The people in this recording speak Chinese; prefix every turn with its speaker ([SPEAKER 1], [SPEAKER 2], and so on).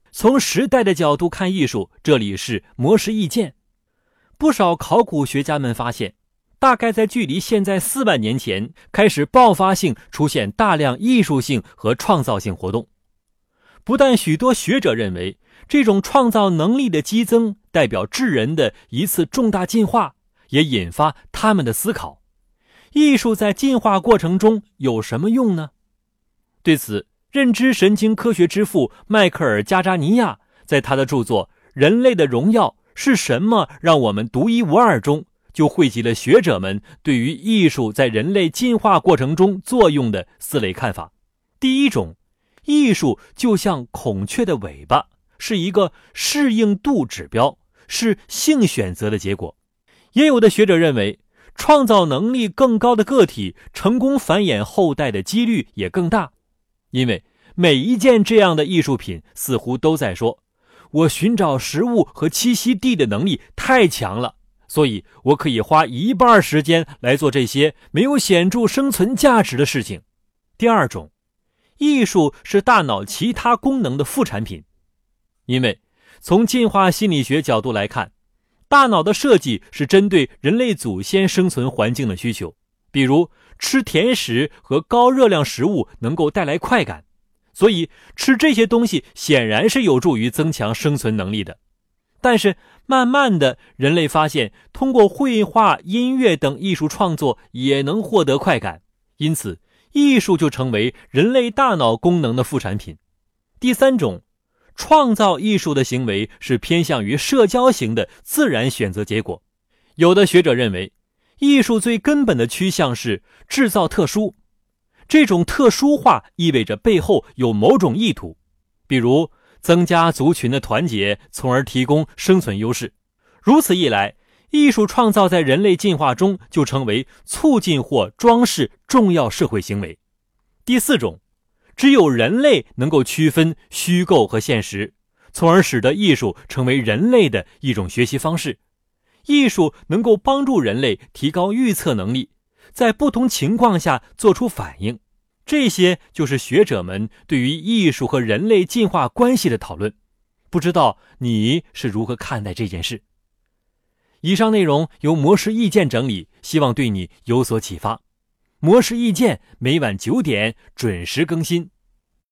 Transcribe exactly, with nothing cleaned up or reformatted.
[SPEAKER 1] 从时代的角度看艺术，这里是魔石意见。不少考古学家们发现，大概在距离现在四万年前开始爆发性出现大量艺术性和创造性活动。不但许多学者认为这种创造能力的激增代表智人的一次重大进化，也引发他们的思考：艺术在进化过程中有什么用呢？对此，认知神经科学之父迈克尔·加扎尼亚在他的著作《人类的荣耀是什么让我们独一无二》中，就汇集了学者们对于艺术在人类进化过程中作用的四类看法。第一种，艺术就像孔雀的尾巴，是一个适应度指标，是性选择的结果。也有的学者认为，创造能力更高的个体成功繁衍后代的几率也更大，因为每一件这样的艺术品似乎都在说，我寻找食物和栖息地的能力太强了，所以我可以花一半时间来做这些没有显著生存价值的事情。第二种，艺术是大脑其他功能的副产品。因为从进化心理学角度来看，大脑的设计是针对人类祖先生存环境的需求，比如吃甜食和高热量食物能够带来快感，所以吃这些东西显然是有助于增强生存能力的。但是慢慢的，人类发现通过绘画、音乐等艺术创作也能获得快感，因此艺术就成为人类大脑功能的副产品。第三种，创造艺术的行为是偏向于社交型的自然选择结果。有的学者认为，艺术最根本的趋向是制造特殊，这种特殊化意味着背后有某种意图，比如增加族群的团结，从而提供生存优势。如此一来，艺术创造在人类进化中就成为促进或装饰重要社会行为。第四种，只有人类能够区分虚构和现实，从而使得艺术成为人类的一种学习方式。艺术能够帮助人类提高预测能力，在不同情况下做出反应。这些就是学者们对于艺术和人类进化关系的讨论。不知道你是如何看待这件事？以上内容由魔石意见整理，希望对你有所启发。魔石意见每晚九点准时更新。